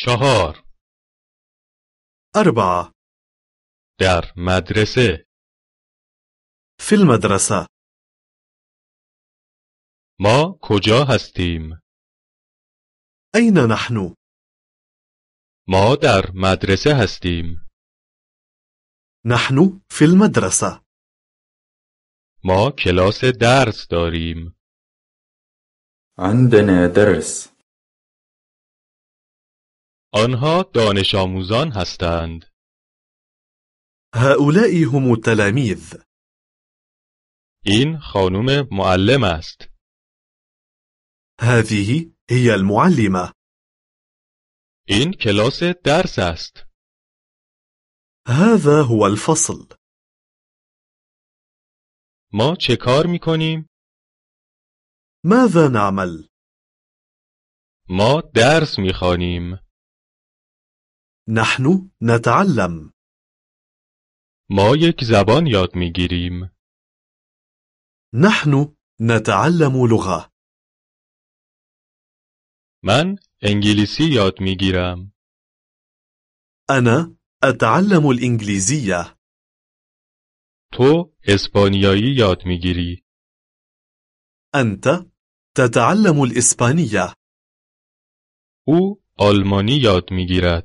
4. 4. در مدرسه. في المدرسة. ما کجا هستیم؟ أين نحن؟ ما در مدرسه هستیم. نحن في المدرسة. ما کلاس درس داریم. عندنا درس. آنها دانش آموزان هستند. هؤلاء هم التلاميذ. این خانم معلم است. هذه هي المعلمة. این کلاس درس است. هذا هو الفصل. ما چه کار می کنیم؟ ماذا نعمل؟ ما درس می خوانیم. نحن نتعلم. ما یک زبان یاد می گیریم. نحن نتعلم لغة. من انگلیسی یاد می گیرم. أنا أتعلم الإنجليزية. تو اسپانیایی یاد می گیری. أنت تتعلم الإسبانية. او آلمانی یاد می گیرد.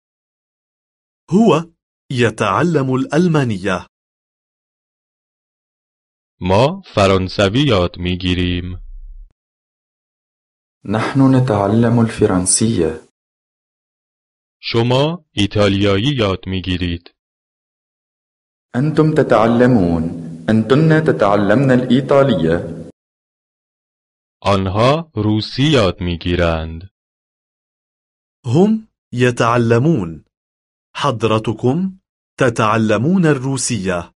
هو يتعلم الألمانية. ما فرانسوی یاد می گیریم. نحن نتعلم الفرنسية. شما ایتالیایی یاد می گیرید. أنتم تتعلمون. أنتن تتعلمن الإيطالية. آنها روسی یاد می گیرند. هم يتعلمون. حضرتكم تتعلمون الروسية.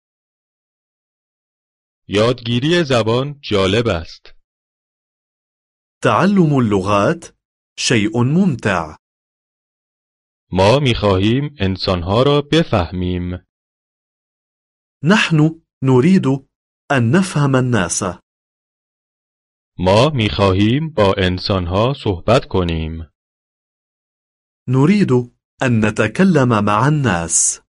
یادگیری زبان جالب است. تعلم اللغات شيء ممتع. ما می خواهیم انسانها را بفهمیم. نحن نريد أن نفهم الناس. ما می خواهیم با انسانها صحبت کنیم. نريد أن نتكلم مع الناس.